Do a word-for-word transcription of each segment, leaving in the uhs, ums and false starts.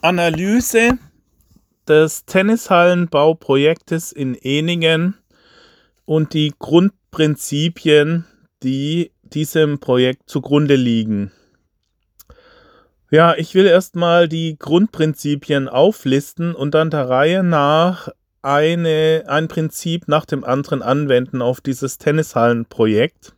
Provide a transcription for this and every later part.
Analyse des Tennishallenbauprojektes in Ehningen und die Grundprinzipien, die diesem Projekt zugrunde liegen. Ja, ich will erstmal die Grundprinzipien auflisten und dann der Reihe nach eine, ein Prinzip nach dem anderen anwenden auf dieses Tennishallenprojekt.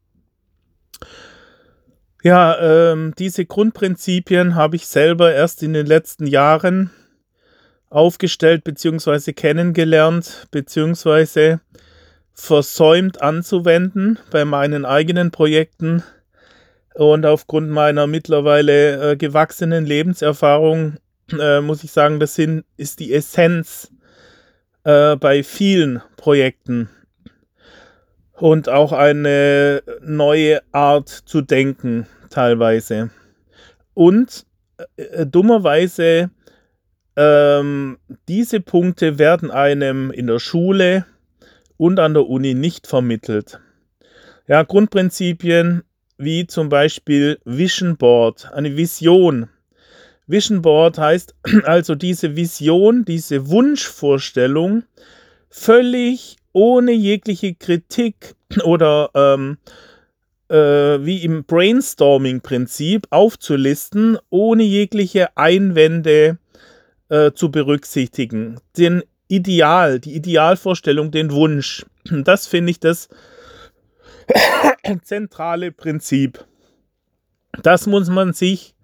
Ja, ähm, diese Grundprinzipien habe ich selber erst in den letzten Jahren aufgestellt bzw. kennengelernt bzw. versäumt anzuwenden bei meinen eigenen Projekten. Und aufgrund meiner mittlerweile äh, gewachsenen Lebenserfahrung äh, muss ich sagen, das sind, ist die Essenz äh, bei vielen Projekten. Und auch eine neue Art zu denken teilweise. Und äh, dummerweise, ähm, diese Punkte werden einem in der Schule und an der Uni nicht vermittelt. Ja, Grundprinzipien wie zum Beispiel Vision Board, eine Vision. Vision Board heißt also diese Vision, diese Wunschvorstellung völlig ohne jegliche Kritik oder ähm, äh, wie im Brainstorming-Prinzip aufzulisten, ohne jegliche Einwände äh, zu berücksichtigen. Den Ideal, die Idealvorstellung, den Wunsch. Das finde ich das zentrale Prinzip. Das muss man sich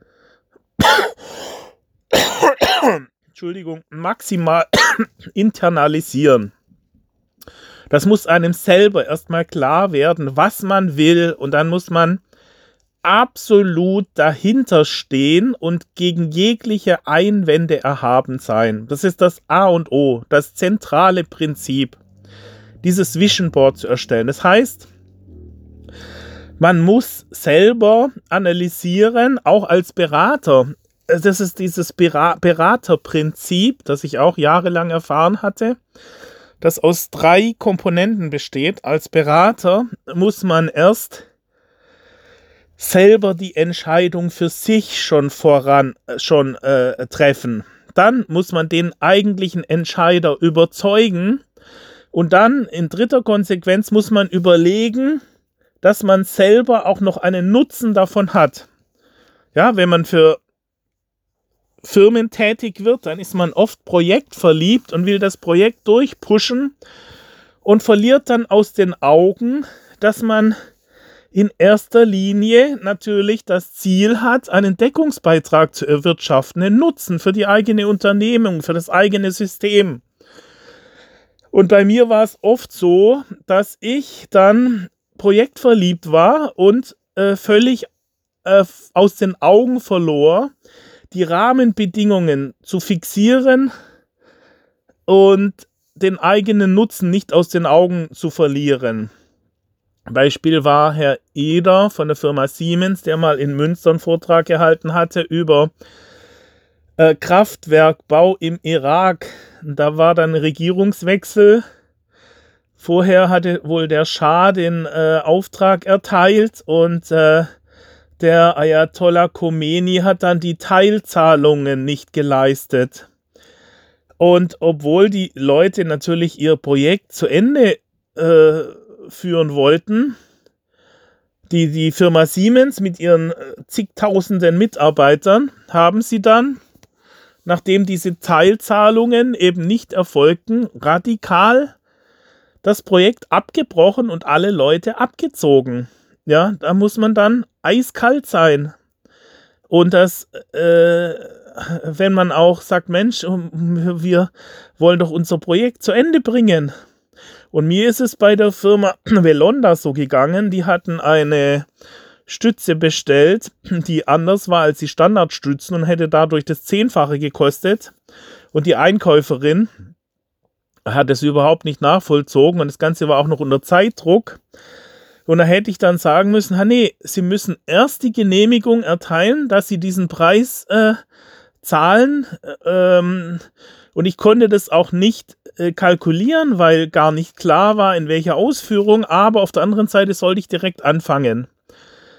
Entschuldigung, maximal internalisieren. Das muss einem selber erstmal klar werden, was man will, und dann muss man absolut dahinter stehen und gegen jegliche Einwände erhaben sein. Das ist das A und O, das zentrale Prinzip, dieses Vision Board zu erstellen. Das heißt, man muss selber analysieren, auch als Berater. Das ist dieses Beraterprinzip, das ich auch jahrelang erfahren hatte, das aus drei Komponenten besteht. Als Berater muss man erst selber die Entscheidung für sich schon voran schon äh, treffen. Dann muss man den eigentlichen Entscheider überzeugen und dann in dritter Konsequenz muss man überlegen, dass man selber auch noch einen Nutzen davon hat. Ja, wenn man für Firmen tätig wird, dann ist man oft projektverliebt und will das Projekt durchpushen und verliert dann aus den Augen, dass man in erster Linie natürlich das Ziel hat, einen Deckungsbeitrag zu erwirtschaften, einen Nutzen für die eigene Unternehmung, für das eigene System. Und bei mir war es oft so, dass ich dann projektverliebt war und äh, völlig äh, aus den Augen verlor, die Rahmenbedingungen zu fixieren und den eigenen Nutzen nicht aus den Augen zu verlieren. Beispiel war Herr Eder von der Firma Siemens, der mal in Münster einen Vortrag gehalten hatte über äh, Kraftwerkbau im Irak. Da war dann Regierungswechsel. Vorher hatte wohl der Schah den äh, Auftrag erteilt und äh, der Ayatollah Khomeini hat dann die Teilzahlungen nicht geleistet. Und obwohl die Leute natürlich ihr Projekt zu Ende äh, führen wollten, die, die Firma Siemens mit ihren zigtausenden Mitarbeitern, haben sie dann, nachdem diese Teilzahlungen eben nicht erfolgten, radikal das Projekt abgebrochen und alle Leute abgezogen. Ja, da muss man dann eiskalt sein. Und das, äh, wenn man auch sagt, Mensch, wir wollen doch unser Projekt zu Ende bringen. Und mir ist es bei der Firma Velonda so gegangen, die hatten eine Stütze bestellt, die anders war als die Standardstützen und hätte dadurch das Zehnfache gekostet. Und die Einkäuferin hat es überhaupt nicht nachvollzogen und das Ganze war auch noch unter Zeitdruck. Und da hätte ich dann sagen müssen, ha nee, Sie müssen erst die Genehmigung erteilen, dass Sie diesen Preis äh, zahlen. Ähm, und ich konnte das auch nicht äh, kalkulieren, weil gar nicht klar war, in welcher Ausführung. Aber auf der anderen Seite sollte ich direkt anfangen.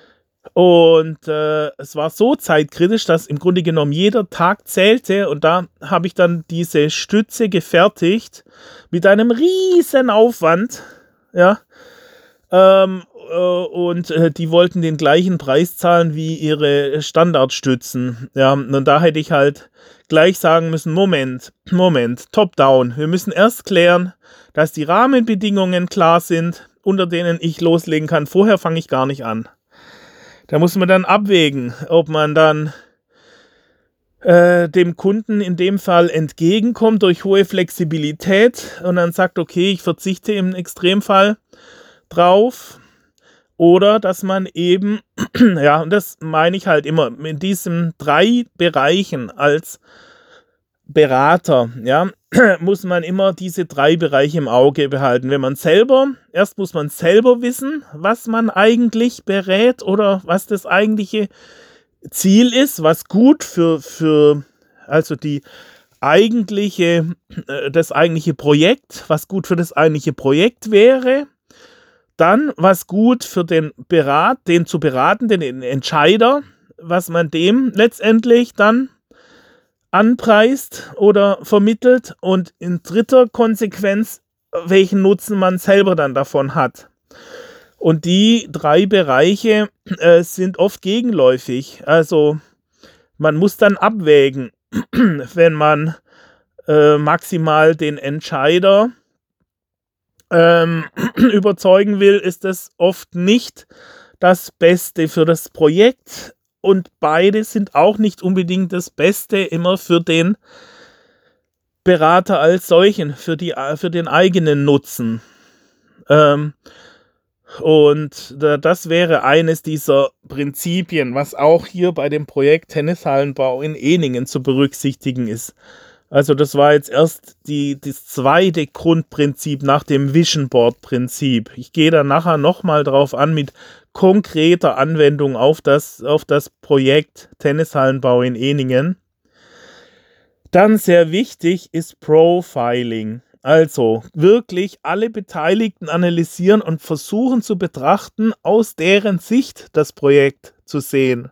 Und äh, es war so zeitkritisch, dass im Grunde genommen jeder Tag zählte. Und da habe ich dann diese Stütze gefertigt mit einem riesen Aufwand. Ja. Ähm, äh, und äh, die wollten den gleichen Preis zahlen wie ihre Standardstützen. Ja. Und da hätte ich halt gleich sagen müssen, Moment, Moment, top-down. Wir müssen erst klären, dass die Rahmenbedingungen klar sind, unter denen ich loslegen kann. Vorher fange ich gar nicht an. Da muss man dann abwägen, ob man dann äh, dem Kunden in dem Fall entgegenkommt durch hohe Flexibilität und dann sagt, okay, ich verzichte im Extremfall drauf. Oder dass man eben, ja, und das meine ich halt immer, in diesen drei Bereichen als Berater, ja, muss man immer diese drei Bereiche im Auge behalten. Wenn man selber, erst muss man selber wissen, was man eigentlich berät oder was das eigentliche Ziel ist, was gut für, für also die eigentliche, äh, das eigentliche Projekt, was gut für das eigentliche Projekt wäre. Dann, was gut für den Berat, den zu beratenden, den Entscheider, was man dem letztendlich dann anpreist oder vermittelt und in dritter Konsequenz, welchen Nutzen man selber dann davon hat. Und die drei Bereiche äh, sind oft gegenläufig. Also man muss dann abwägen, wenn man äh, maximal den Entscheider ähm, überzeugen will, ist das oft nicht das Beste für das Projekt. Und beide sind auch nicht unbedingt das Beste immer für den Berater als solchen, für, die, für den eigenen Nutzen. Ähm, und das wäre eines dieser Prinzipien, was auch hier bei dem Projekt Tennishallenbau in Ehningen zu berücksichtigen ist. Also das war jetzt erst die, das zweite Grundprinzip nach dem Vision Board Prinzip. Ich gehe da nachher nochmal drauf an mit konkreter Anwendung auf das, auf das Projekt Tennishallenbau in Ehningen. Dann sehr wichtig ist Profiling. Also wirklich alle Beteiligten analysieren und versuchen zu betrachten, aus deren Sicht das Projekt zu sehen.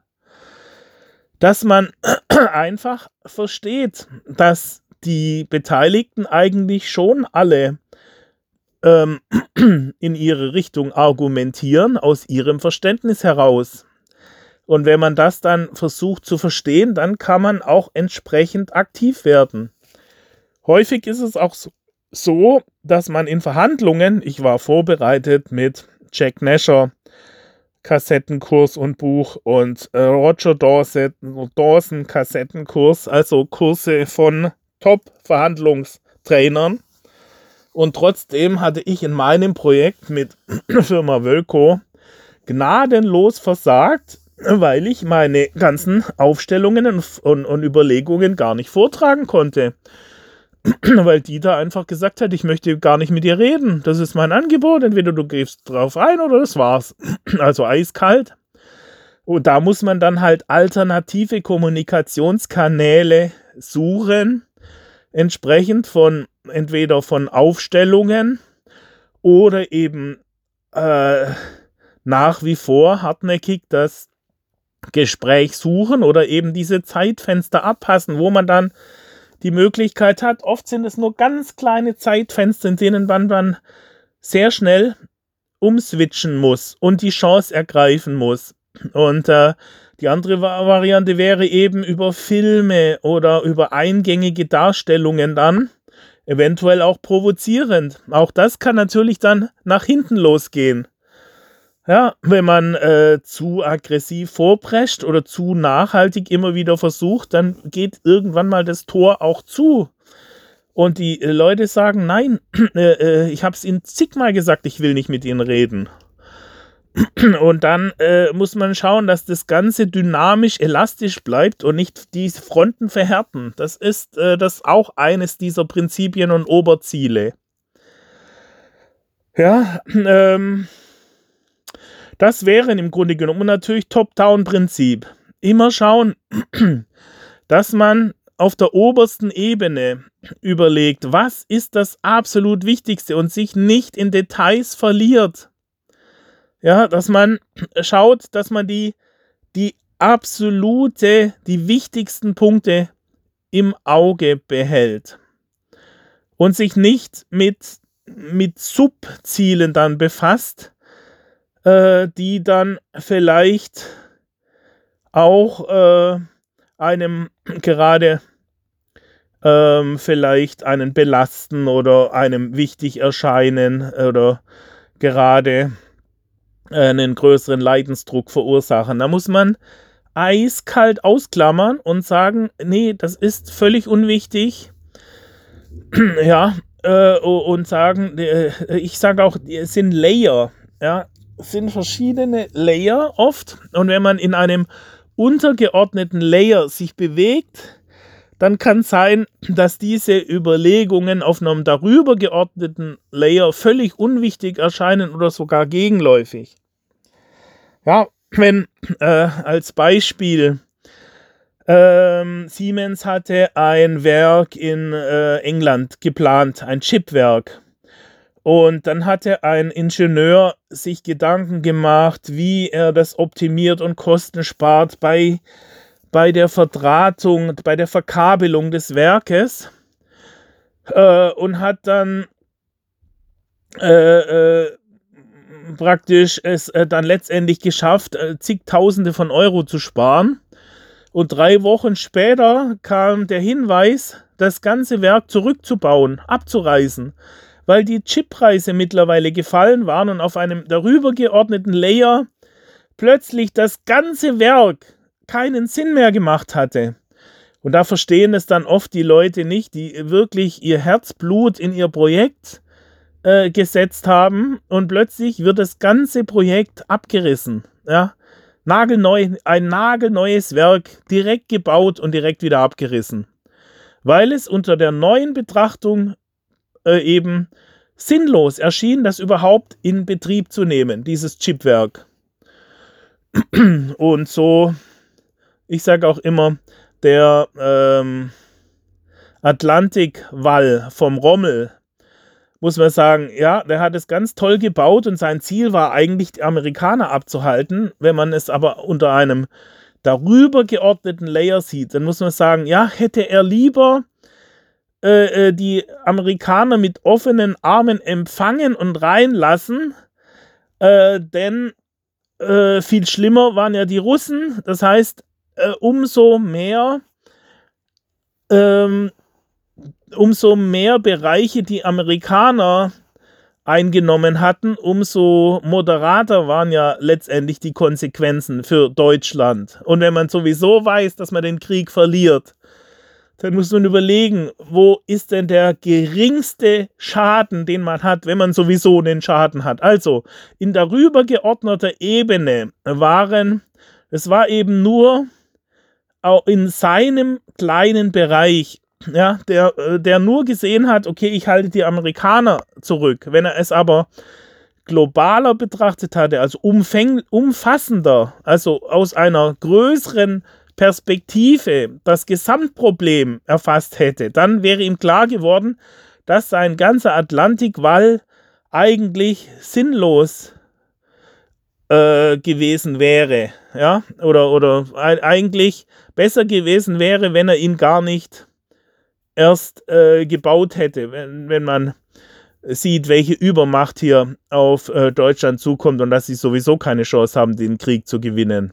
Dass man einfach versteht, dass die Beteiligten eigentlich schon alle ähm, in ihre Richtung argumentieren, aus ihrem Verständnis heraus. Und wenn man das dann versucht zu verstehen, dann kann man auch entsprechend aktiv werden. Häufig ist es auch so, so dass man in Verhandlungen, ich war vorbereitet mit Jack Nasher, Kassettenkurs und Buch und äh, Roger Dawson, Dawson Kassettenkurs, also Kurse von Top-Verhandlungstrainern. Und trotzdem hatte ich in meinem Projekt mit Firma Wölko gnadenlos versagt, weil ich meine ganzen Aufstellungen und, und, und Überlegungen gar nicht vortragen konnte. Weil die da einfach gesagt hat, ich möchte gar nicht mit dir reden. Das ist mein Angebot. Entweder du gehst drauf ein oder das war's. Also eiskalt. Und da muss man dann halt alternative Kommunikationskanäle suchen. Entsprechend von entweder von Aufstellungen oder eben äh, nach wie vor hartnäckig das Gespräch suchen oder eben diese Zeitfenster abpassen, wo man dann die Möglichkeit hat, oft sind es nur ganz kleine Zeitfenster, in denen man dann sehr schnell umswitchen muss und die Chance ergreifen muss. Und äh, die andere Variante wäre eben über Filme oder über eingängige Darstellungen dann, eventuell auch provozierend. Auch das kann natürlich dann nach hinten losgehen. Ja, wenn man äh, zu aggressiv vorprescht oder zu nachhaltig immer wieder versucht, dann geht irgendwann mal das Tor auch zu. Und die äh, Leute sagen, nein, äh, äh, ich habe es ihnen zigmal gesagt, ich will nicht mit ihnen reden. Und dann äh, muss man schauen, dass das Ganze dynamisch, elastisch bleibt und nicht die Fronten verhärten. Das ist äh, das auch eines dieser Prinzipien und Oberziele. Ja, ähm... Das wären im Grunde genommen natürlich Top-Down-Prinzip. Immer schauen, dass man auf der obersten Ebene überlegt, was ist das absolut Wichtigste und sich nicht in Details verliert. Ja, dass man schaut, dass man die, die absolute, die wichtigsten Punkte im Auge behält und sich nicht mit, mit Subzielen dann befasst, äh, die dann vielleicht auch äh, einem gerade ähm, vielleicht einen belasten oder einem wichtig erscheinen oder gerade einen größeren Leidensdruck verursachen. Da muss man eiskalt ausklammern und sagen, nee, das ist völlig unwichtig. Ja, äh, und sagen, äh, ich sage auch, es sind Layer, ja, es sind verschiedene Layer oft. Und wenn man in einem untergeordneten Layer sich bewegt, dann kann sein, dass diese Überlegungen auf einem darüber geordneten Layer völlig unwichtig erscheinen oder sogar gegenläufig. Ja, wenn äh, als Beispiel ähm, Siemens hatte ein Werk in äh, England geplant, ein Chipwerk. Und dann hatte ein Ingenieur sich Gedanken gemacht, wie er das optimiert und Kosten spart bei bei der Verdrahtung, bei der Verkabelung des Werkes äh, und hat dann äh, äh, praktisch es äh, dann letztendlich geschafft, äh, zigtausende von Euro zu sparen. Und drei Wochen später kam der Hinweis, das ganze Werk zurückzubauen, abzureißen, weil die Chippreise mittlerweile gefallen waren und auf einem darüber geordneten Layer plötzlich das ganze Werk keinen Sinn mehr gemacht hatte. Und da verstehen es dann oft die Leute nicht, die wirklich ihr Herzblut in ihr Projekt äh, gesetzt haben und plötzlich wird das ganze Projekt abgerissen. Ja? Nagelneu, ein nagelneues Werk direkt gebaut und direkt wieder abgerissen. Weil es unter der neuen Betrachtung äh, eben sinnlos erschien, das überhaupt in Betrieb zu nehmen, dieses Chipwerk. Und so, ich sage auch immer, der ähm, Atlantikwall vom Rommel, muss man sagen, ja, der hat es ganz toll gebaut und sein Ziel war eigentlich, die Amerikaner abzuhalten. Wenn man es aber unter einem darüber geordneten Layer sieht, dann muss man sagen, ja, hätte er lieber äh, die Amerikaner mit offenen Armen empfangen und reinlassen, äh, denn äh, viel schlimmer waren ja die Russen. Das heißt, äh, umso mehr ähm, umso mehr Bereiche die Amerikaner eingenommen hatten, umso moderater waren ja letztendlich die Konsequenzen für Deutschland. Und wenn man sowieso weiß, dass man den Krieg verliert, dann muss man überlegen, wo ist denn der geringste Schaden, den man hat, wenn man sowieso einen Schaden hat. Also in darüber geordneter Ebene waren, es war eben nur auch in seinem kleinen Bereich, ja, der, der nur gesehen hat, okay, ich halte die Amerikaner zurück. Wenn er es aber globaler betrachtet hatte, also umfäng, umfassender, also aus einer größeren Perspektive das Gesamtproblem erfasst hätte, dann wäre ihm klar geworden, dass sein ganzer Atlantikwall eigentlich sinnlos äh, gewesen wäre. Ja? Oder, oder eigentlich besser gewesen wäre, wenn er ihn gar nicht erst äh, gebaut hätte, wenn, wenn man sieht, welche Übermacht hier auf äh, Deutschland zukommt und dass sie sowieso keine Chance haben, den Krieg zu gewinnen.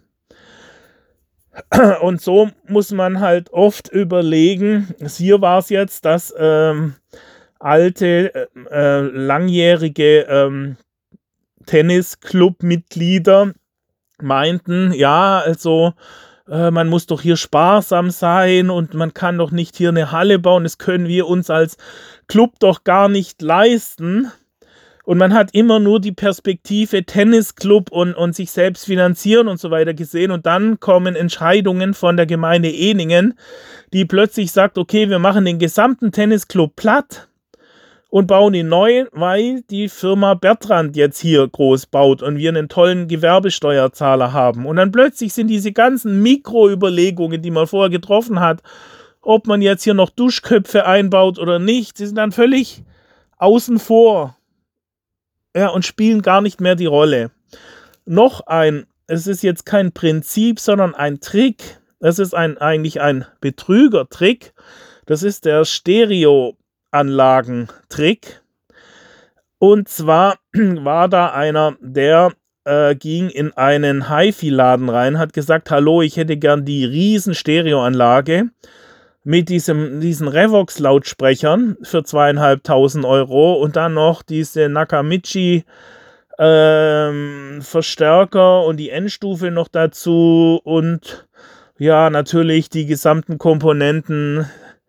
Und so muss man halt oft überlegen, hier war es jetzt, dass ähm, alte, äh, langjährige ähm, Tennisclub-Mitglieder meinten, ja, also äh, man muss doch hier sparsam sein und man kann doch nicht hier eine Halle bauen, das können wir uns als Club doch gar nicht leisten. Und man hat immer nur die Perspektive Tennisclub und, und sich selbst finanzieren und so weiter gesehen. Und dann kommen Entscheidungen von der Gemeinde Ehningen, die plötzlich sagt, okay, wir machen den gesamten Tennisclub platt und bauen ihn neu, weil die Firma Bertrand jetzt hier groß baut und wir einen tollen Gewerbesteuerzahler haben. Und dann plötzlich sind diese ganzen Mikroüberlegungen, die man vorher getroffen hat, ob man jetzt hier noch Duschköpfe einbaut oder nicht, die sind dann völlig außen vor. Ja, und spielen gar nicht mehr die Rolle. noch ein, es ist jetzt kein Prinzip, sondern ein Trick. Es ist ein, eigentlich ein Betrügertrick. Das ist der Stereoanlagentrick. Und zwar war da einer, der äh, ging in einen Hi-Fi-Laden rein, hat gesagt, hallo, ich hätte gern die riesen Stereoanlage mit diesem, diesen Revox-Lautsprechern für zweieinhalbtausend Euro und dann noch diese Nakamichi ähm, Verstärker und die Endstufe noch dazu und ja, natürlich die gesamten Komponenten,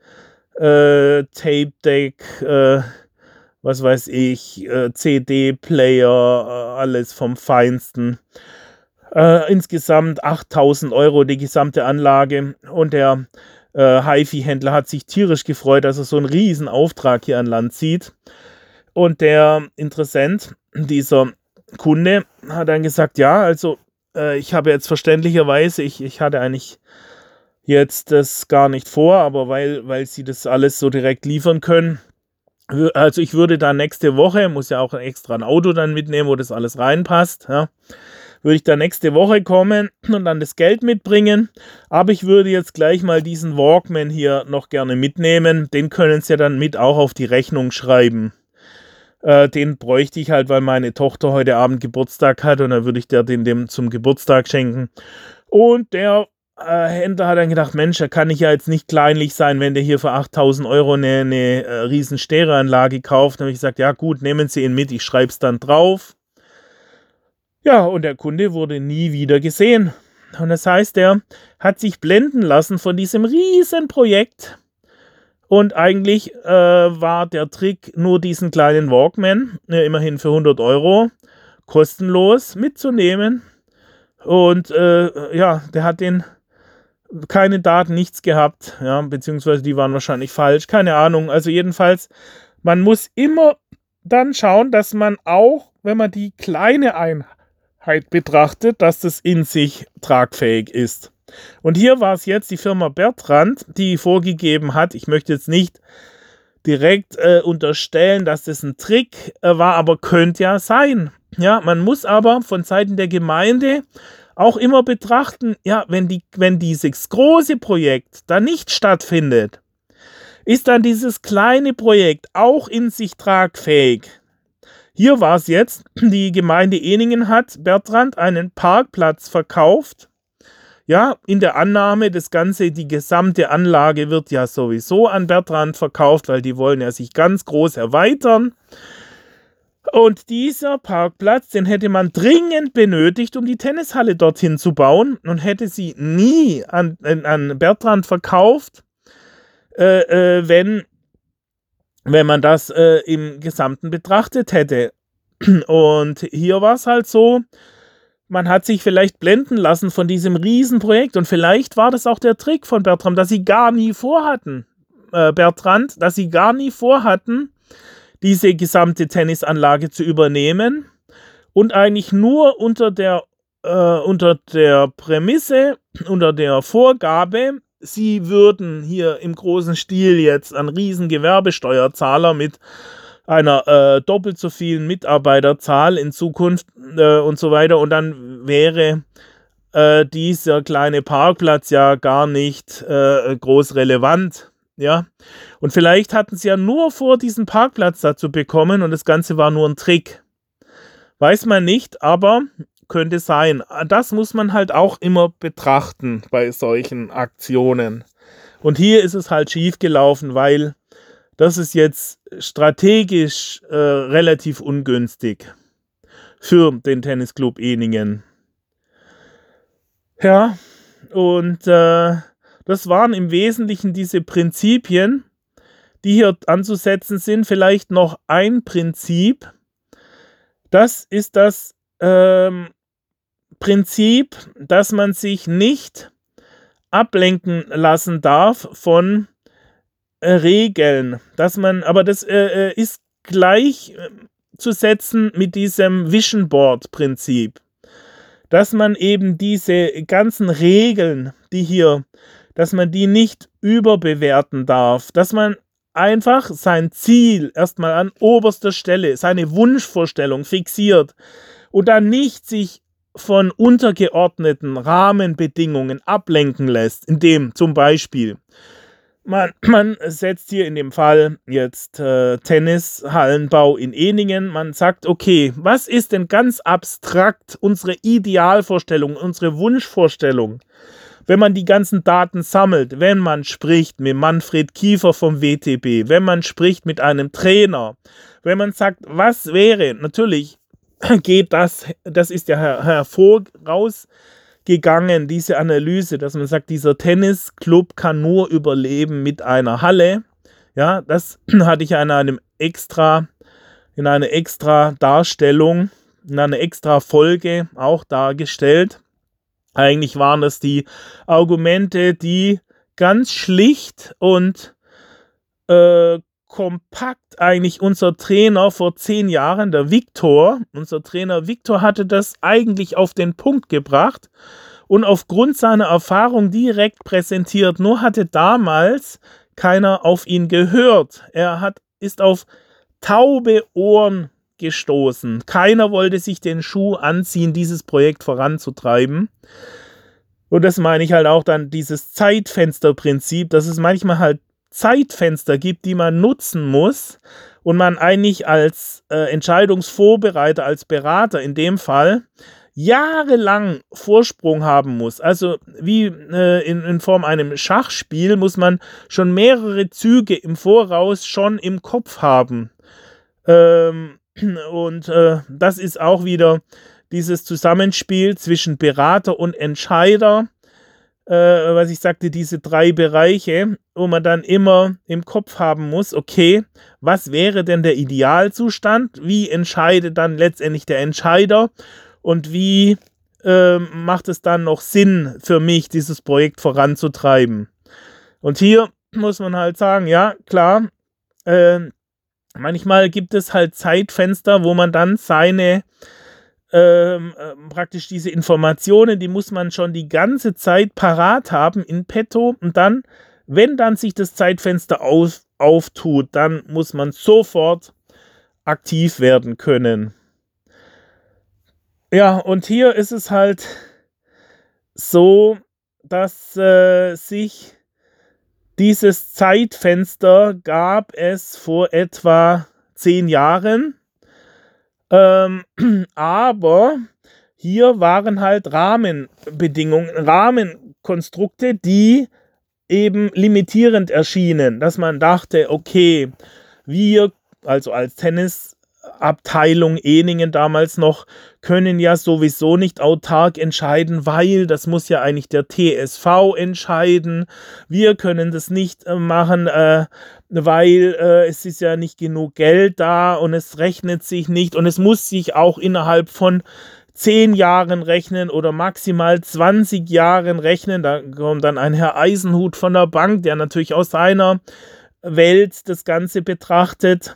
äh, Tape Deck, äh, was weiß ich, äh, C D-Player, äh, alles vom Feinsten. Äh, insgesamt achttausend Euro die gesamte Anlage und der äh, Hi-Fi-Händler hat sich tierisch gefreut, dass er so einen riesen Auftrag hier an Land zieht. Und der Interessent, dieser Kunde, hat dann gesagt, ja, also äh, ich habe jetzt verständlicherweise, ich, ich hatte eigentlich jetzt das gar nicht vor, aber weil, weil sie das alles so direkt liefern können, also ich würde da nächste Woche, muss ja auch extra ein Auto dann mitnehmen, wo das alles reinpasst, ja, würde ich da nächste Woche kommen und dann das Geld mitbringen, aber ich würde jetzt gleich mal diesen Walkman hier noch gerne mitnehmen, den können sie dann mit auch auf die Rechnung schreiben. Äh, den bräuchte ich halt, weil meine Tochter heute Abend Geburtstag hat und dann würde ich der den dem zum Geburtstag schenken. Und der äh, Händler hat dann gedacht, Mensch, da kann ich ja jetzt nicht kleinlich sein, wenn der hier für achttausend Euro eine, eine äh, riesen Stereoanlage kauft. Dann habe ich gesagt, ja gut, nehmen Sie ihn mit, ich schreibe es dann drauf. Ja, und der Kunde wurde nie wieder gesehen. Und das heißt, er hat sich blenden lassen von diesem riesen Projekt. Und eigentlich äh, war der Trick, nur diesen kleinen Walkman, äh, immerhin für hundert Euro, kostenlos mitzunehmen. Und äh, ja, der hat den keine Daten, nichts gehabt, ja, beziehungsweise die waren wahrscheinlich falsch, keine Ahnung. Also jedenfalls, man muss immer dann schauen, dass man auch, wenn man die kleine Einheit betrachtet, dass das in sich tragfähig ist. Und hier war es jetzt die Firma Bertrand, die vorgegeben hat, ich möchte jetzt nicht direkt äh, unterstellen, dass das ein Trick äh, war, aber könnte ja sein. Ja, man muss aber von Seiten der Gemeinde auch immer betrachten, ja, wenn, die, wenn dieses große Projekt da nicht stattfindet, ist dann dieses kleine Projekt auch in sich tragfähig. Hier war es jetzt, die Gemeinde Ehningen hat Bertrand einen Parkplatz verkauft. Ja, in der Annahme, das Ganze, die gesamte Anlage wird ja sowieso an Bertrand verkauft, weil die wollen ja sich ganz groß erweitern. Und dieser Parkplatz, den hätte man dringend benötigt, um die Tennishalle dorthin zu bauen und hätte sie nie an, an Bertrand verkauft, äh, äh, wenn, wenn man das äh, im Gesamten betrachtet hätte. Und hier war es halt so, man hat sich vielleicht blenden lassen von diesem Riesenprojekt und vielleicht war das auch der Trick von Bertrand, dass sie gar nie vorhatten, äh, Bertrand, dass sie gar nie vorhatten, diese gesamte Tennisanlage zu übernehmen und eigentlich nur unter der, äh, unter der Prämisse, unter der Vorgabe, sie würden hier im großen Stil jetzt einen riesen Gewerbesteuerzahler mit einer äh, doppelt so vielen Mitarbeiterzahl in Zukunft äh, und so weiter. Und dann wäre äh, dieser kleine Parkplatz ja gar nicht äh, groß relevant. Ja? Und vielleicht hatten sie ja nur vor, diesen Parkplatz da zu bekommen und das Ganze war nur ein Trick. Weiß man nicht, aber könnte sein. Das muss man halt auch immer betrachten bei solchen Aktionen. Und hier ist es halt schief gelaufen, weil das ist jetzt strategisch äh, relativ ungünstig für den Tennisclub Ehningen. Ja, und äh, das waren im Wesentlichen diese Prinzipien, die hier anzusetzen sind. Vielleicht noch ein Prinzip. Das ist das ähm, Prinzip, dass man sich nicht ablenken lassen darf von äh, Regeln. Dass man, aber das äh, ist gleich äh, zu setzen mit diesem Vision Board Prinzip. Dass man eben diese ganzen Regeln, die hier, dass man die nicht überbewerten darf. Dass man einfach sein Ziel erstmal an oberster Stelle, seine Wunschvorstellung fixiert und dann nicht sich von untergeordneten Rahmenbedingungen ablenken lässt, indem zum Beispiel man, man setzt hier in dem Fall jetzt äh, Tennishallenbau in Ehningen, man sagt, okay, was ist denn ganz abstrakt unsere Idealvorstellung, unsere Wunschvorstellung, wenn man die ganzen Daten sammelt, wenn man spricht mit Manfred Kiefer vom W T B, wenn man spricht mit einem Trainer, wenn man sagt, was wäre, natürlich geht das, das ist ja her, hervorausgegangen, diese Analyse, dass man sagt, dieser Tennisclub kann nur überleben mit einer Halle. Ja, das hatte ich in einem extra, in einer extra Darstellung, in einer extra Folge auch dargestellt. Eigentlich waren das die Argumente, die ganz schlicht und äh, kompakt eigentlich unser Trainer vor zehn Jahren, der Viktor, unser Trainer Viktor hatte das eigentlich auf den Punkt gebracht und aufgrund seiner Erfahrung direkt präsentiert. Nur hatte damals keiner auf ihn gehört. Er hat, ist auf taube Ohren gestoßen. Keiner wollte sich den Schuh anziehen, dieses Projekt voranzutreiben. Und das meine ich halt auch dann dieses Zeitfensterprinzip, dass es manchmal halt Zeitfenster gibt, die man nutzen muss und man eigentlich als äh, Entscheidungsvorbereiter, als Berater in dem Fall jahrelang Vorsprung haben muss. Also wie äh, in, in Form einem Schachspiel muss man schon mehrere Züge im Voraus schon im Kopf haben. Ähm, und äh, das ist auch wieder dieses Zusammenspiel zwischen Berater und Entscheider, äh, was ich sagte, diese drei Bereiche, wo man dann immer im Kopf haben muss, okay, was wäre denn der Idealzustand? Wie entscheidet dann letztendlich der Entscheider? Und wie äh, macht es dann noch Sinn für mich, dieses Projekt voranzutreiben? Und hier muss man halt sagen, ja, klar, äh, manchmal gibt es halt Zeitfenster, wo man dann seine Ähm, äh, praktisch diese Informationen, die muss man schon die ganze Zeit parat haben in petto und dann, wenn dann sich das Zeitfenster auf, auftut, dann muss man sofort aktiv werden können. Ja, und hier ist es halt so, dass äh, sich dieses Zeitfenster gab es vor etwa zehn Jahren. Ähm, aber hier waren halt Rahmenbedingungen, Rahmenkonstrukte, die eben limitierend erschienen, dass man dachte, okay, wir, also als Tennisabteilung Ehningen damals noch, können ja sowieso nicht autark entscheiden, weil das muss ja eigentlich der T S V entscheiden. Wir können das nicht äh, machen, äh, weil äh, es ist ja nicht genug Geld da und es rechnet sich nicht und es muss sich auch innerhalb von zehn Jahren rechnen oder maximal zwanzig Jahren rechnen. Da kommt dann ein Herr Eisenhut von der Bank, der natürlich aus seiner Welt das Ganze betrachtet.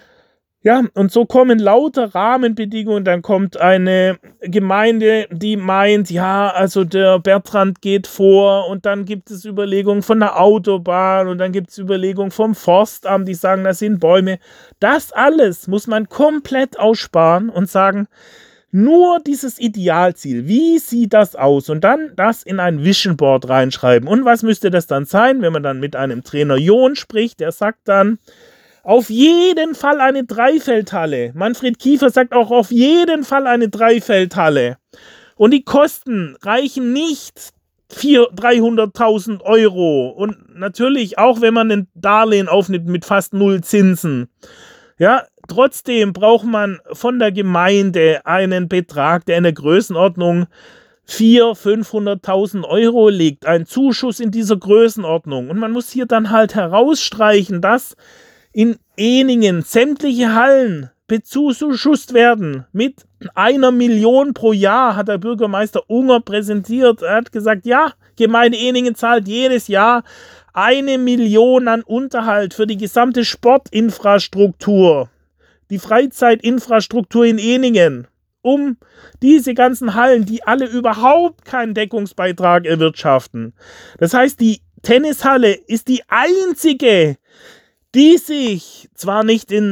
Ja, und so kommen lauter Rahmenbedingungen, dann kommt eine Gemeinde, die meint, ja, also der Bertrand geht vor und dann gibt es Überlegungen von der Autobahn und dann gibt es Überlegungen vom Forstamt, die sagen, das sind Bäume. Das alles muss man komplett aussparen und sagen, nur dieses Idealziel, wie sieht das aus? Und dann das in ein Vision Board reinschreiben. Und was müsste das dann sein, wenn man dann mit einem Trainer John spricht, der sagt dann, auf jeden Fall eine Dreifeldhalle. Manfred Kiefer sagt auch auf jeden Fall eine Dreifeldhalle. Und die Kosten reichen nicht dreihunderttausend Euro. Und natürlich auch, wenn man ein Darlehen aufnimmt mit fast null Zinsen. Ja, trotzdem braucht man von der Gemeinde einen Betrag, der in der Größenordnung vierhunderttausend, fünfhunderttausend Euro liegt. Ein Zuschuss in dieser Größenordnung. Und man muss hier dann halt herausstreichen, dass in Ehningen sämtliche Hallen bezuschusst werden mit einer Million pro Jahr, hat der Bürgermeister Unger präsentiert. Er hat gesagt, ja, Gemeinde Ehningen zahlt jedes Jahr eine Million an Unterhalt für die gesamte Sportinfrastruktur, die Freizeitinfrastruktur in Ehningen, um diese ganzen Hallen, die alle überhaupt keinen Deckungsbeitrag erwirtschaften. Das heißt, die Tennishalle ist die einzige, die sich zwar nicht in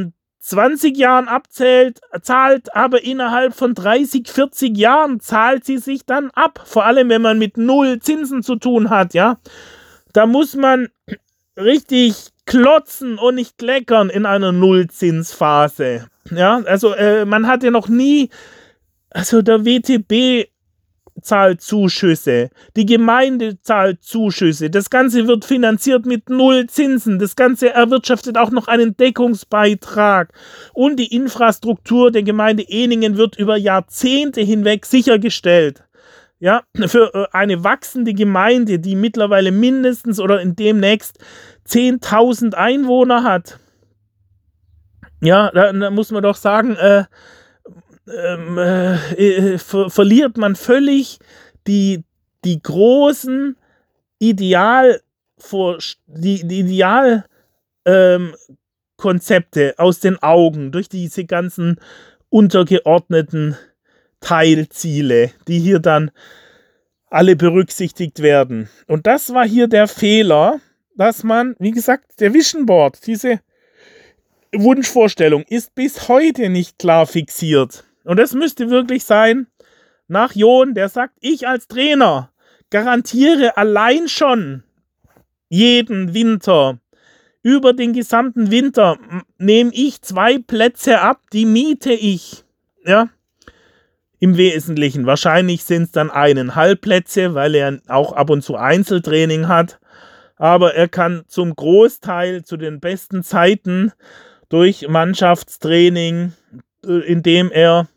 zwanzig Jahren abzählt, zahlt, aber innerhalb von dreißig, vierzig Jahren zahlt sie sich dann ab. Vor allem, wenn man mit null Zinsen zu tun hat, ja. Da muss man richtig klotzen und nicht kleckern in einer Nullzinsphase. Ja, also äh, man hat ja noch nie, also der W T B zahlt Zuschüsse, die Gemeinde zahlt Zuschüsse, das Ganze wird finanziert mit null Zinsen, das Ganze erwirtschaftet auch noch einen Deckungsbeitrag und die Infrastruktur der Gemeinde Ehningen wird über Jahrzehnte hinweg sichergestellt. Ja, für eine wachsende Gemeinde, die mittlerweile mindestens oder in demnächst zehntausend Einwohner hat. Ja, da, da muss man doch sagen, äh, ähm, äh, ver verliert man völlig die, die großen Ideal, die, die Ideal ähm, Konzepte aus den Augen durch diese ganzen untergeordneten Teilziele, die hier dann alle berücksichtigt werden. Und das war hier der Fehler, dass man, wie gesagt, der Vision Board, diese Wunschvorstellung ist bis heute nicht klar fixiert. Und das müsste wirklich sein, nach John, der sagt, ich als Trainer garantiere allein schon jeden Winter, über den gesamten Winter nehme ich zwei Plätze ab, die miete ich. Ja, im Wesentlichen. Wahrscheinlich sind es dann eineinhalb Plätze, weil er auch ab und zu Einzeltraining hat. Aber er kann zum Großteil zu den besten Zeiten durch Mannschaftstraining, indem er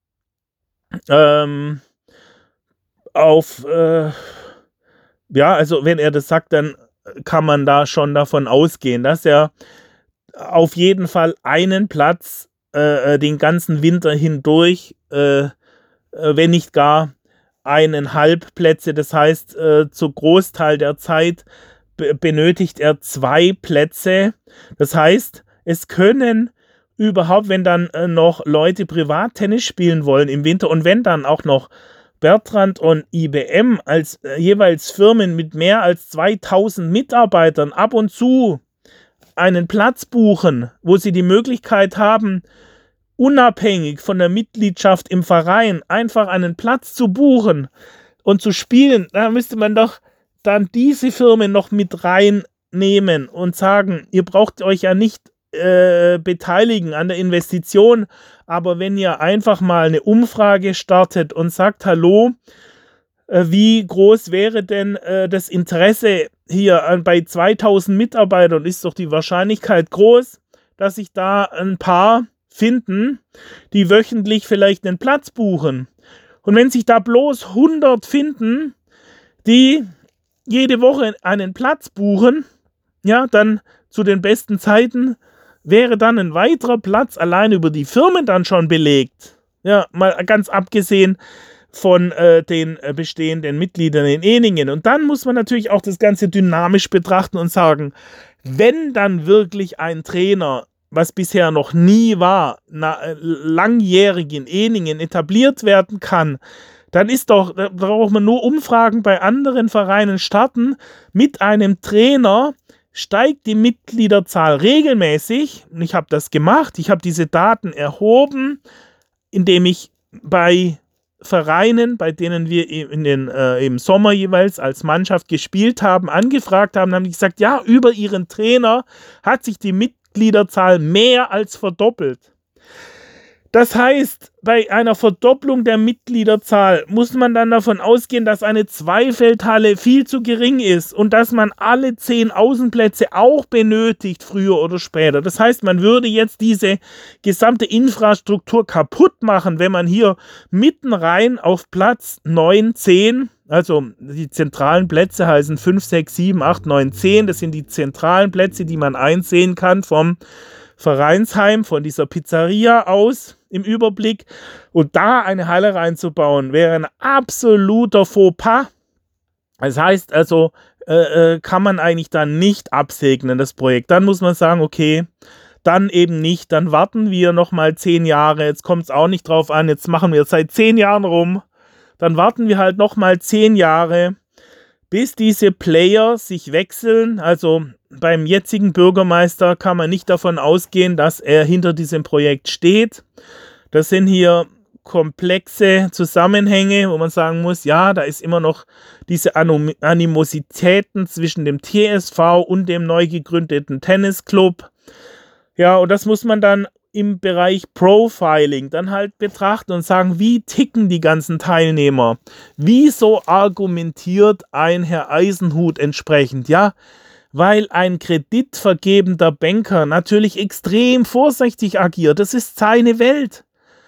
ähm, auf, äh, ja, also wenn er das sagt, dann kann man da schon davon ausgehen, dass er auf jeden Fall einen Platz äh, den ganzen Winter hindurch, äh, wenn nicht gar eineinhalb Plätze, das heißt, äh, zu Großteil der Zeit be benötigt er zwei Plätze. Das heißt, es können überhaupt, wenn dann äh, noch Leute privat Tennis spielen wollen im Winter und wenn dann auch noch Bertrand und I B M als äh, jeweils Firmen mit mehr als zweitausend Mitarbeitern ab und zu einen Platz buchen, wo sie die Möglichkeit haben, unabhängig von der Mitgliedschaft im Verein einfach einen Platz zu buchen und zu spielen, da müsste man doch dann diese Firmen noch mit reinnehmen und sagen, ihr braucht euch ja nicht äh, beteiligen an der Investition, aber wenn ihr einfach mal eine Umfrage startet und sagt, hallo, äh, wie groß wäre denn äh, das Interesse hier äh, bei zweitausend Mitarbeitern, ist doch die Wahrscheinlichkeit groß, dass sich da ein paar finden, die wöchentlich vielleicht einen Platz buchen. Und wenn sich da bloß hundert finden, die jede Woche einen Platz buchen, ja, dann zu den besten Zeiten wäre dann ein weiterer Platz allein über die Firmen dann schon belegt. Ja, mal ganz abgesehen von äh, den äh, bestehenden Mitgliedern in Ehningen. Und dann muss man natürlich auch das Ganze dynamisch betrachten und sagen, wenn dann wirklich ein Trainer, was bisher noch nie war, na, langjährig in Ehningen etabliert werden kann, dann ist doch, da braucht man nur Umfragen bei anderen Vereinen starten. Mit einem Trainer steigt die Mitgliederzahl regelmäßig. Und ich habe das gemacht. Ich habe diese Daten erhoben, indem ich bei Vereinen, bei denen wir in den, äh, im Sommer jeweils als Mannschaft gespielt haben, angefragt haben, haben die gesagt, ja, über ihren Trainer hat sich die Mitgliederzahl mehr als verdoppelt. Das heißt, bei einer Verdopplung der Mitgliederzahl muss man dann davon ausgehen, dass eine Zweifeldhalle viel zu gering ist und dass man alle zehn Außenplätze auch benötigt, früher oder später. Das heißt, man würde jetzt diese gesamte Infrastruktur kaputt machen, wenn man hier mitten rein auf Platz neun, zehn, also die zentralen Plätze heißen fünf, sechs, sieben, acht, neun, zehn, das sind die zentralen Plätze, die man einsehen kann vom Vereinsheim, von dieser Pizzeria aus im Überblick. Und da eine Halle reinzubauen, wäre ein absoluter Fauxpas. Das heißt also, äh, kann man eigentlich dann nicht absegnen, das Projekt. Dann muss man sagen, okay, dann eben nicht. Dann warten wir nochmal zehn Jahre. Jetzt kommt es auch nicht drauf an. Jetzt machen wir seit zehn Jahren rum. Dann warten wir halt nochmal zehn Jahre, bis diese Player sich wechseln. Also beim jetzigen Bürgermeister kann man nicht davon ausgehen, dass er hinter diesem Projekt steht. Das sind hier komplexe Zusammenhänge, wo man sagen muss, ja, da ist immer noch diese Animositäten zwischen dem T S V und dem neu gegründeten Tennisclub. Ja, und das muss man dann im Bereich Profiling dann halt betrachten und sagen, wie ticken die ganzen Teilnehmer? Wieso argumentiert ein Herr Eisenhut entsprechend? Ja, weil ein kreditvergebender Banker natürlich extrem vorsichtig agiert. Das ist seine Welt.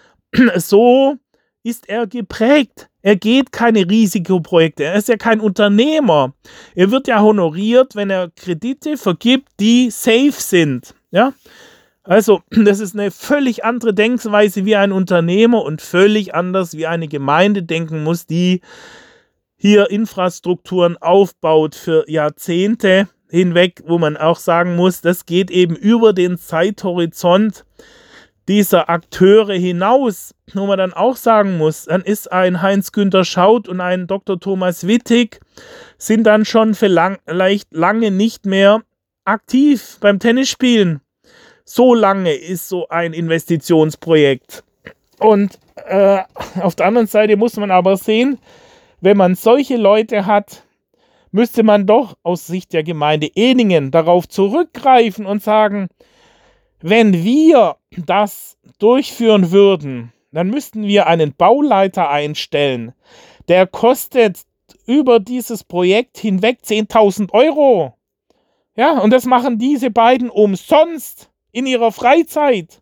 So ist er geprägt. Er geht keine Risikoprojekte. Er ist ja kein Unternehmer. Er wird ja honoriert, wenn er Kredite vergibt, die safe sind. Ja, also das ist eine völlig andere Denkweise wie ein Unternehmer und völlig anders wie eine Gemeinde denken muss, die hier Infrastrukturen aufbaut für Jahrzehnte hinweg, wo man auch sagen muss, das geht eben über den Zeithorizont dieser Akteure hinaus, wo man dann auch sagen muss, dann ist ein Heinz-Günther Schaut und ein Doktor Thomas Wittig sind dann schon vielleicht lange nicht mehr aktiv beim Tennisspielen. So lange ist so ein Investitionsprojekt. Und äh, auf der anderen Seite muss man aber sehen, wenn man solche Leute hat, müsste man doch aus Sicht der Gemeinde Ehningen darauf zurückgreifen und sagen, wenn wir das durchführen würden, dann müssten wir einen Bauleiter einstellen. Der kostet über dieses Projekt hinweg zehntausend Euro. Ja, und das machen diese beiden umsonst in ihrer Freizeit.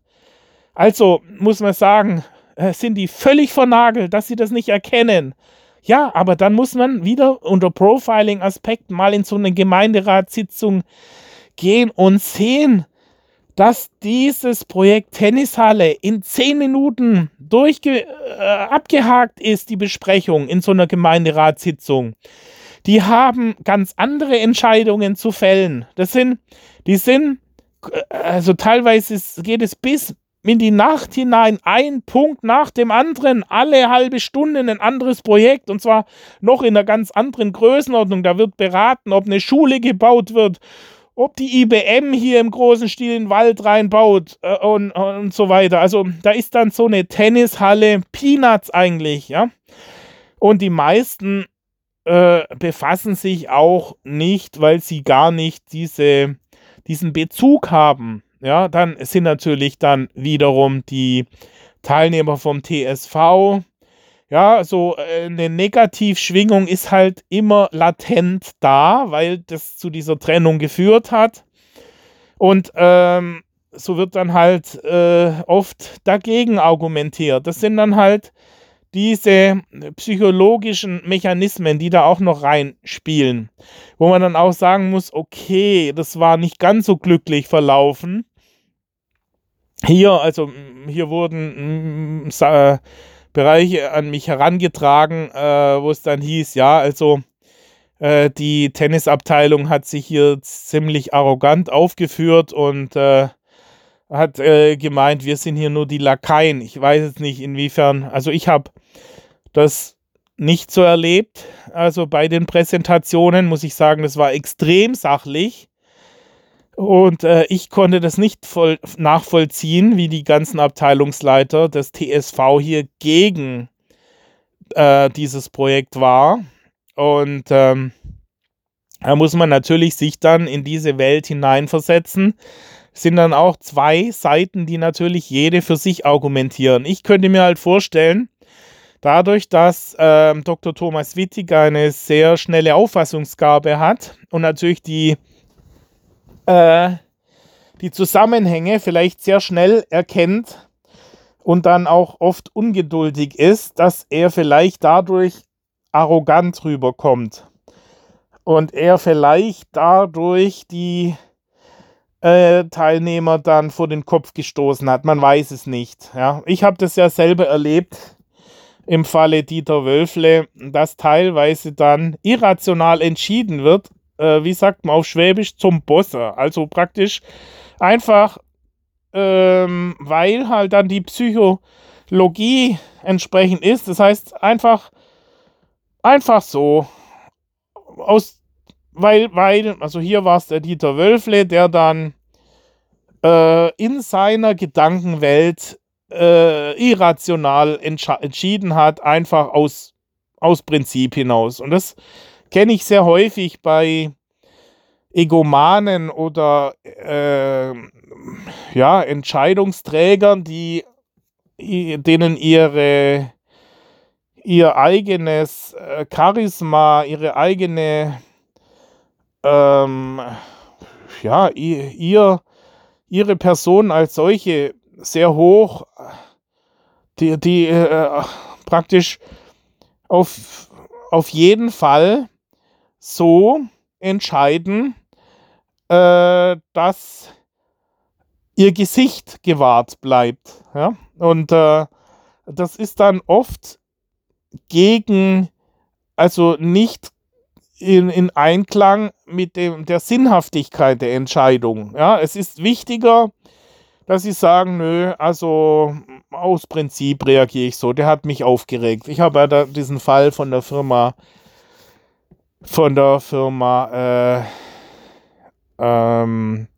Also muss man sagen, sind die völlig vernagelt, dass sie das nicht erkennen. Ja, aber dann muss man wieder unter Profiling-Aspekten mal in so eine Gemeinderatssitzung gehen und sehen, dass dieses Projekt Tennishalle in zehn Minuten durchge äh, abgehakt ist, die Besprechung in so einer Gemeinderatssitzung. Die haben ganz andere Entscheidungen zu fällen. Das sind, die sind, also teilweise geht es bis in die Nacht hinein, ein Punkt nach dem anderen, alle halbe Stunde ein anderes Projekt und zwar noch in einer ganz anderen Größenordnung. Da wird beraten, ob eine Schule gebaut wird, ob die I B M hier im großen Stil in den Wald reinbaut äh, und, und so weiter. Also da ist dann so eine Tennishalle Peanuts eigentlich, ja. Und die meisten äh, befassen sich auch nicht, weil sie gar nicht diese, diesen Bezug haben. Ja, dann sind natürlich dann wiederum die Teilnehmer vom T S V. Ja, so eine Negativschwingung ist halt immer latent da, weil das zu dieser Trennung geführt hat. Und ähm, so wird dann halt äh, oft dagegen argumentiert. Das sind dann halt diese psychologischen Mechanismen, die da auch noch reinspielen, wo man dann auch sagen muss, okay, das war nicht ganz so glücklich verlaufen. Hier, also hier wurden äh, Bereiche an mich herangetragen, äh, wo es dann hieß, ja, also äh, die Tennisabteilung hat sich hier ziemlich arrogant aufgeführt und äh, hat äh, gemeint, wir sind hier nur die Lakaien. Ich weiß jetzt nicht, inwiefern, also ich habe das nicht so erlebt. Also bei den Präsentationen muss ich sagen, das war extrem sachlich. Und äh, ich konnte das nicht voll nachvollziehen, wie die ganzen Abteilungsleiter des T S V hier gegen äh, dieses Projekt war. Und ähm, da muss man natürlich sich dann in diese Welt hineinversetzen. Es sind dann auch zwei Seiten, die natürlich jede für sich argumentieren. Ich könnte mir halt vorstellen, dadurch, dass ähm, Doktor Thomas Wittig eine sehr schnelle Auffassungsgabe hat und natürlich die die Zusammenhänge vielleicht sehr schnell erkennt und dann auch oft ungeduldig ist, dass er vielleicht dadurch arrogant rüberkommt und er vielleicht dadurch die äh, Teilnehmer dann vor den Kopf gestoßen hat. Man weiß es nicht. Ja. Ich habe das ja selber erlebt im Falle Dieter Wölfle, dass teilweise dann irrational entschieden wird, wie sagt man auf Schwäbisch, zum Bosse. Also praktisch einfach, ähm, weil halt dann die Psychologie entsprechend ist. Das heißt einfach, einfach so. aus, weil, weil, also hier war es der Dieter Wölfle, der dann äh, in seiner Gedankenwelt äh, irrational entschieden hat, einfach aus, aus Prinzip hinaus. Und das kenne ich sehr häufig bei Egomanen oder äh, ja, Entscheidungsträgern, die denen ihre ihr eigenes äh, Charisma, ihre eigene ähm, ja, ihr, ihre Person als solche sehr hoch, die, die äh, praktisch auf, auf jeden Fall so entscheiden, äh, dass ihr Gesicht gewahrt bleibt. Ja? Und äh, das ist dann oft gegen, also nicht in, in Einklang mit dem, der Sinnhaftigkeit der Entscheidung. Ja? Es ist wichtiger, dass sie sagen, nö, also aus Prinzip reagiere ich so, der hat mich aufgeregt. Ich habe ja da diesen Fall von der Firma, von der Firma, äh, ähm,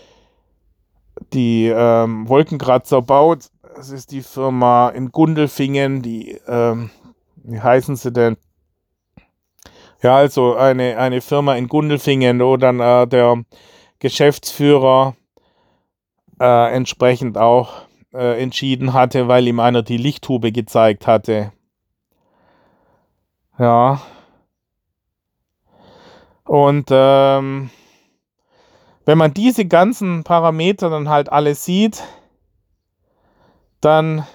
die ähm, Wolkenkratzer baut. Das ist die Firma in Gundelfingen, die, ähm, wie heißen sie denn? Ja, also eine, eine Firma in Gundelfingen, wo dann äh, der Geschäftsführer äh, entsprechend auch äh, entschieden hatte, weil ihm einer die Lichttube gezeigt hatte. Ja. Und ähm, wenn man diese ganzen Parameter dann halt alle sieht, dann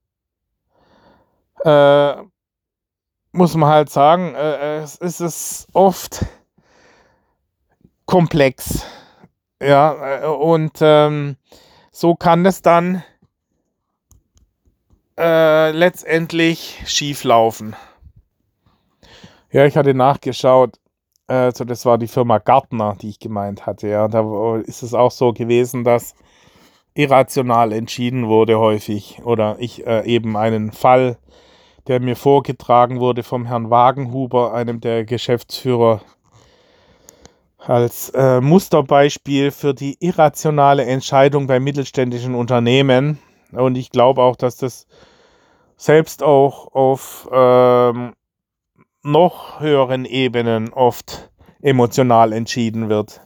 äh, muss man halt sagen, äh, es ist es oft komplex. Ja, äh, und ähm, so kann es dann äh, letztendlich schief laufen. Ja, ich hatte nachgeschaut, also das war die Firma Gartner, die ich gemeint hatte. Ja, da ist es auch so gewesen, dass irrational entschieden wurde häufig. Oder ich äh, eben einen Fall, der mir vorgetragen wurde vom Herrn Wagenhuber, einem der Geschäftsführer, als äh, Musterbeispiel für die irrationale Entscheidung bei mittelständischen Unternehmen. Und ich glaube auch, dass das selbst auch auf ähm, noch höheren Ebenen oft emotional entschieden wird.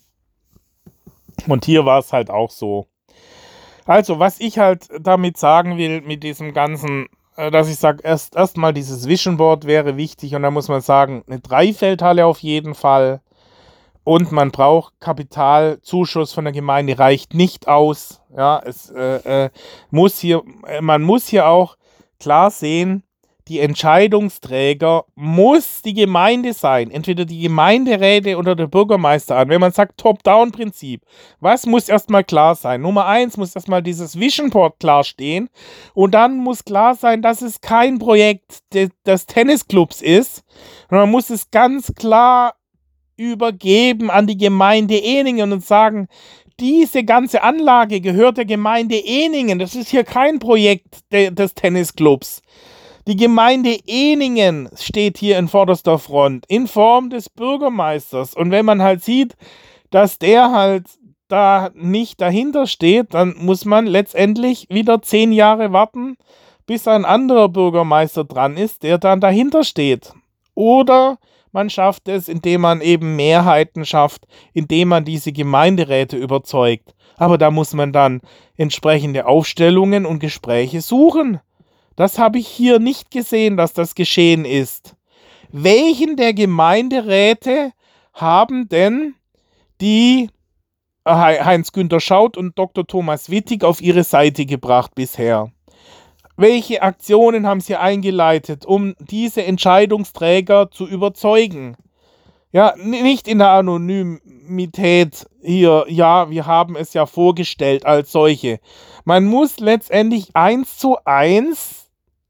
Und hier war es halt auch so. Also, was ich halt damit sagen will, mit diesem ganzen, äh, dass ich sage, erst erstmal dieses Vision Board wäre wichtig und da muss man sagen, eine Dreifeldhalle auf jeden Fall. Und man braucht Kapitalzuschuss von der Gemeinde, reicht nicht aus. Ja, es äh, äh, muss hier, man muss hier auch klar sehen, die Entscheidungsträger muss die Gemeinde sein, entweder die Gemeinderäte oder der Bürgermeister an. Wenn man sagt Top-Down-Prinzip, was muss erstmal klar sein? Nummer eins muss erstmal dieses Vision Board klar stehen und dann muss klar sein, dass es kein Projekt de- des Tennisclubs ist, sondern man muss es ganz klar übergeben an die Gemeinde Ehningen und sagen, diese ganze Anlage gehört der Gemeinde Ehningen. Das ist hier kein Projekt de- des Tennisclubs. Die Gemeinde Ehningen steht hier in vorderster Front in Form des Bürgermeisters. Und wenn man halt sieht, dass der halt da nicht dahinter steht, dann muss man letztendlich wieder zehn Jahre warten, bis ein anderer Bürgermeister dran ist, der dann dahinter steht. Oder man schafft es, indem man eben Mehrheiten schafft, indem man diese Gemeinderäte überzeugt. Aber da muss man dann entsprechende Aufstellungen und Gespräche suchen. Das habe ich hier nicht gesehen, dass das geschehen ist. Welchen der Gemeinderäte haben denn die Heinz-Günther Schaut und Doktor Thomas Wittig auf ihre Seite gebracht bisher? Welche Aktionen haben sie eingeleitet, um diese Entscheidungsträger zu überzeugen? Ja, nicht in der Anonymität hier, ja, wir haben es ja vorgestellt als solche. Man muss letztendlich eins zu eins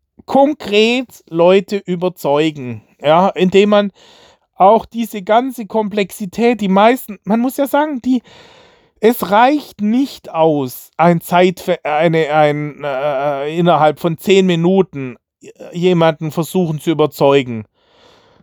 konkret Leute überzeugen, ja, indem man auch diese ganze Komplexität, die meisten, man muss ja sagen, die, es reicht nicht aus, ein Zeit, eine, ein, äh, innerhalb von zehn Minuten jemanden versuchen zu überzeugen.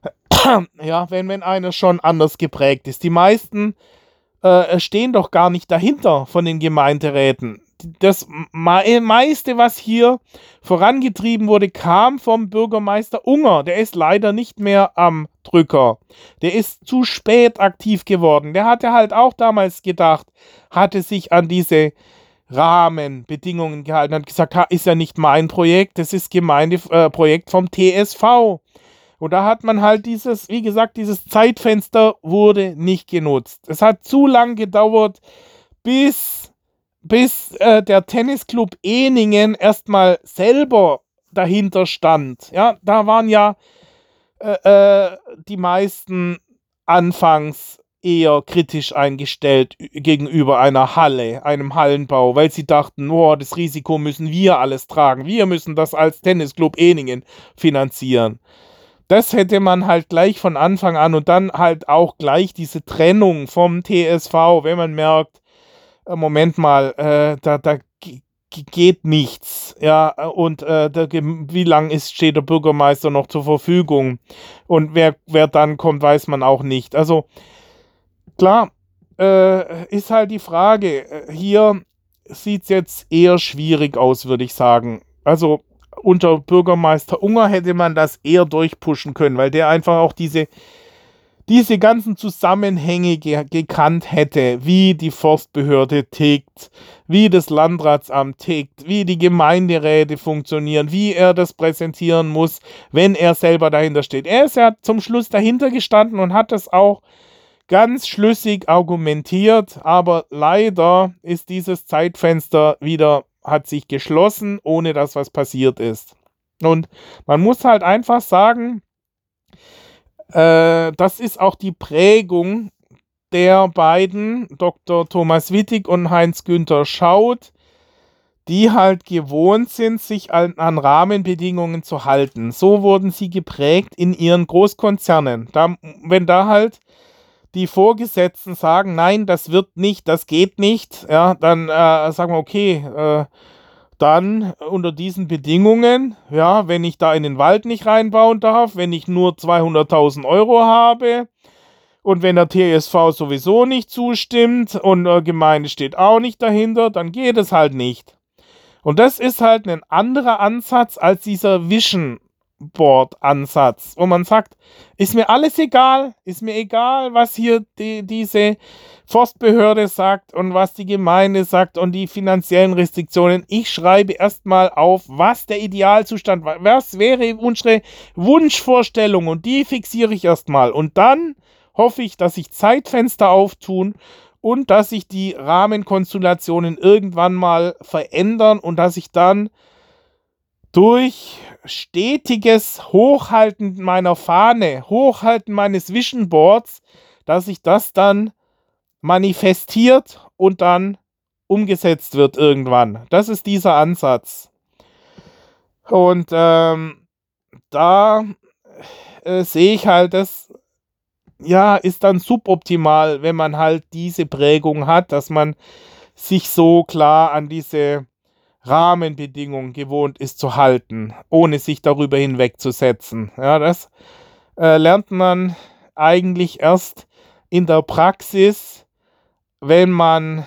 Ja, wenn, wenn einer schon anders geprägt ist. Die meisten äh, stehen doch gar nicht dahinter von den Gemeinderäten. Das me meiste, was hier vorangetrieben wurde, kam vom Bürgermeister Unger. Der ist leider nicht mehr am Drücker. Der ist zu spät aktiv geworden. Der hatte halt auch damals gedacht, hatte sich an diese Rahmenbedingungen gehalten, hat gesagt, ist ja nicht mein Projekt, das ist Gemeindeprojekt äh, vom T S V. Und da hat man halt dieses, wie gesagt, dieses Zeitfenster wurde nicht genutzt. Es hat zu lang gedauert, bis, bis äh, der Tennisclub Ehningen erstmal selber dahinter stand. Ja, da waren ja äh, äh, die meisten anfangs eher kritisch eingestellt gegenüber einer Halle, einem Hallenbau, weil sie dachten, oh, das Risiko müssen wir alles tragen. Wir müssen das als Tennisclub Ehningen finanzieren. Das hätte man halt gleich von Anfang an und dann halt auch gleich diese Trennung vom T S V, wenn man merkt, äh, Moment mal, äh, da, da geht nichts, ja, und äh, der, wie lang ist, steht der Bürgermeister noch zur Verfügung und wer, wer dann kommt, weiß man auch nicht. Also klar, äh, ist halt die Frage, hier sieht es jetzt eher schwierig aus, würde ich sagen. Also unter Bürgermeister Unger hätte man das eher durchpushen können, weil der einfach auch diese, diese ganzen Zusammenhänge ge gekannt hätte, wie die Forstbehörde tickt, wie das Landratsamt tickt, wie die Gemeinderäte funktionieren, wie er das präsentieren muss, wenn er selber dahinter steht. Er ist ja zum Schluss dahinter gestanden und hat das auch ganz schlüssig argumentiert, aber leider ist dieses Zeitfenster wieder, hat sich geschlossen, ohne dass was passiert ist. Und man muss halt einfach sagen, äh, das ist auch die Prägung der beiden, Doktor Thomas Wittig und Heinz-Günther Schaut, die halt gewohnt sind, sich an, an Rahmenbedingungen zu halten. So wurden sie geprägt in ihren Großkonzernen. Da, wenn da halt die Vorgesetzten sagen, nein, das wird nicht, das geht nicht, ja, dann äh, sagen wir, okay, äh, dann unter diesen Bedingungen, ja, wenn ich da in den Wald nicht reinbauen darf, wenn ich nur zweihunderttausend Euro habe und wenn der T S V sowieso nicht zustimmt und äh, Gemeinde steht auch nicht dahinter, dann geht es halt nicht. Und das ist halt ein anderer Ansatz als dieser Vision Board-Ansatz, wo man sagt, ist mir alles egal, ist mir egal, was hier die, diese Forstbehörde sagt und was die Gemeinde sagt und die finanziellen Restriktionen. Ich schreibe erstmal auf, was der Idealzustand war, was wäre unsere Wunschvorstellung und die fixiere ich erstmal. Und dann hoffe ich, dass sich Zeitfenster auftun und dass sich die Rahmenkonstellationen irgendwann mal verändern und dass ich dann durch stetiges Hochhalten meiner Fahne, Hochhalten meines Vision Boards, dass sich das dann manifestiert und dann umgesetzt wird irgendwann. Das ist dieser Ansatz. Und ähm, da äh, sehe ich halt, das ja, ist dann suboptimal, wenn man halt diese Prägung hat, dass man sich so klar an diese Rahmenbedingungen gewohnt ist zu halten, ohne sich darüber hinwegzusetzen. Ja, das äh, lernt man eigentlich erst in der Praxis, wenn man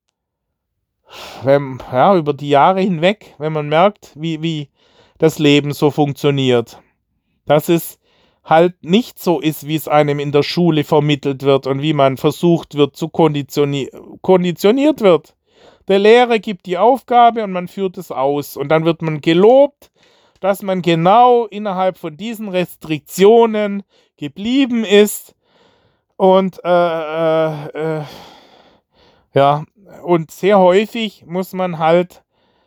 wenn, ja, über die Jahre hinweg, wenn man merkt, wie, wie das Leben so funktioniert. Dass es halt nicht so ist, wie es einem in der Schule vermittelt wird und wie man versucht wird zu konditioni- konditioniert wird. Der Lehrer gibt die Aufgabe und man führt es aus. Und dann wird man gelobt, dass man genau innerhalb von diesen Restriktionen geblieben ist. Und äh, äh, äh, ja, und sehr häufig muss man halt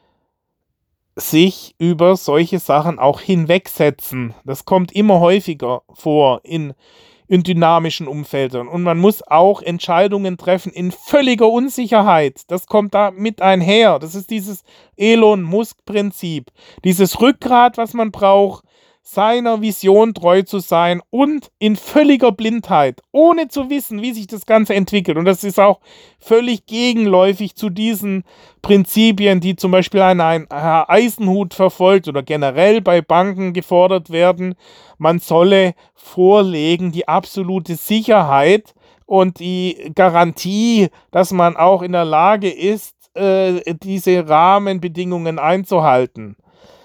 sich über solche Sachen auch hinwegsetzen. Das kommt immer häufiger vor in in dynamischen Umfeldern. Und man muss auch Entscheidungen treffen in völliger Unsicherheit. Das kommt da mit einher. Das ist dieses Elon-Musk-Prinzip. Dieses Rückgrat, was man braucht, seiner Vision treu zu sein und in völliger Blindheit, ohne zu wissen, wie sich das Ganze entwickelt. Und das ist auch völlig gegenläufig zu diesen Prinzipien, die zum Beispiel ein, ein Herr Eisenhut verfolgt oder generell bei Banken gefordert werden. Man solle vorlegen die absolute Sicherheit und die Garantie, dass man auch in der Lage ist, äh, diese Rahmenbedingungen einzuhalten.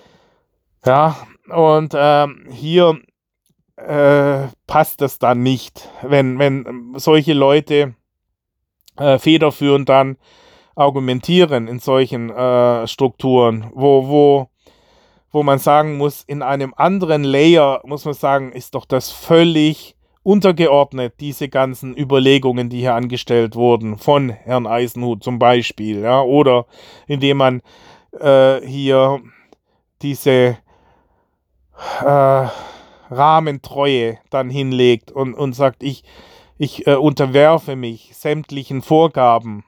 Ja, und ähm, hier äh, passt das dann nicht, wenn, wenn solche Leute äh, federführend dann argumentieren in solchen äh, Strukturen, wo, wo, wo man sagen muss, in einem anderen Layer muss man sagen, ist doch das völlig untergeordnet, diese ganzen Überlegungen, die hier angestellt wurden, von Herrn Eisenhut zum Beispiel, ja, oder indem man äh, hier diese äh, Rahmentreue dann hinlegt und, und sagt, ich, ich äh, unterwerfe mich sämtlichen Vorgaben.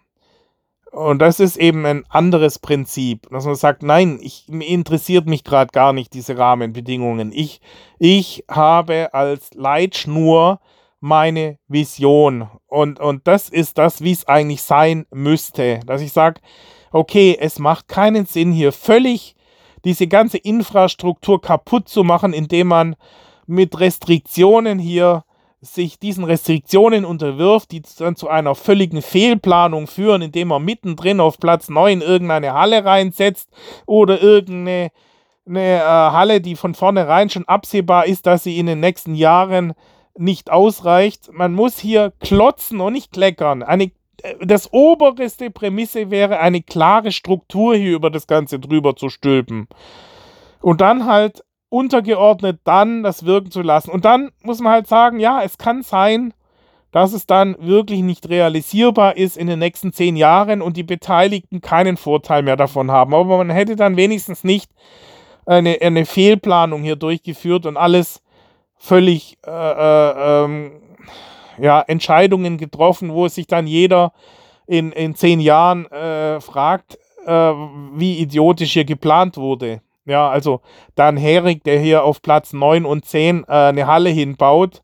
Und das ist eben ein anderes Prinzip, dass man sagt, nein, ich, mir interessiert mich gerade gar nicht diese Rahmenbedingungen. Ich, ich habe als Leitschnur meine Vision. Und, und das ist das, wie es eigentlich sein müsste. Dass ich sage, okay, es macht keinen Sinn, hier völlig diese ganze Infrastruktur kaputt zu machen, indem man mit Restriktionen hier sich diesen Restriktionen unterwirft, die dann zu einer völligen Fehlplanung führen, indem man mittendrin auf Platz neun irgendeine Halle reinsetzt oder irgendeine eine, äh, Halle, die von vornherein schon absehbar ist, dass sie in den nächsten Jahren nicht ausreicht. Man muss hier klotzen und nicht kleckern. Eine Das oberste Prämisse wäre, eine klare Struktur hier über das Ganze drüber zu stülpen. Und dann halt untergeordnet dann das wirken zu lassen. Und dann muss man halt sagen, ja, es kann sein, dass es dann wirklich nicht realisierbar ist in den nächsten zehn Jahren und die Beteiligten keinen Vorteil mehr davon haben. Aber man hätte dann wenigstens nicht eine, eine Fehlplanung hier durchgeführt und alles völlig äh, äh, ähm, ja, Entscheidungen getroffen, wo sich dann jeder in, in zehn Jahren äh, fragt, äh, wie idiotisch hier geplant wurde. Ja, also Dan Herik, der hier auf Platz neun und zehn äh, eine Halle hinbaut,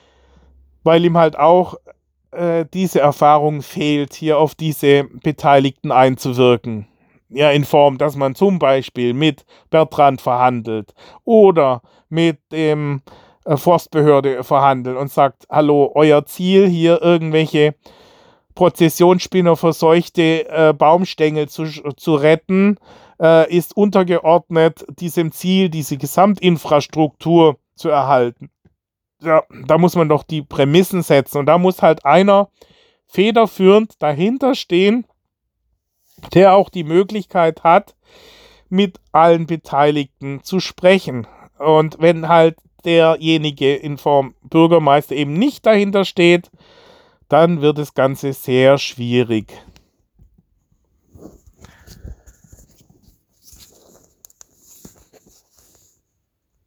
weil ihm halt auch äh, diese Erfahrung fehlt, hier auf diese Beteiligten einzuwirken. Ja, in Form, dass man zum Beispiel mit Bertrand verhandelt oder mit dem äh, Forstbehörde verhandelt und sagt, hallo, euer Ziel hier irgendwelche Prozessionsspinner verseuchte äh, Baumstängel zu, zu retten, äh, ist untergeordnet diesem Ziel, diese Gesamtinfrastruktur zu erhalten. Ja, da muss man doch die Prämissen setzen und da muss halt einer federführend dahinter stehen, der auch die Möglichkeit hat, mit allen Beteiligten zu sprechen. Und wenn halt derjenige in Form Bürgermeister eben nicht dahinter steht, dann wird das Ganze sehr schwierig.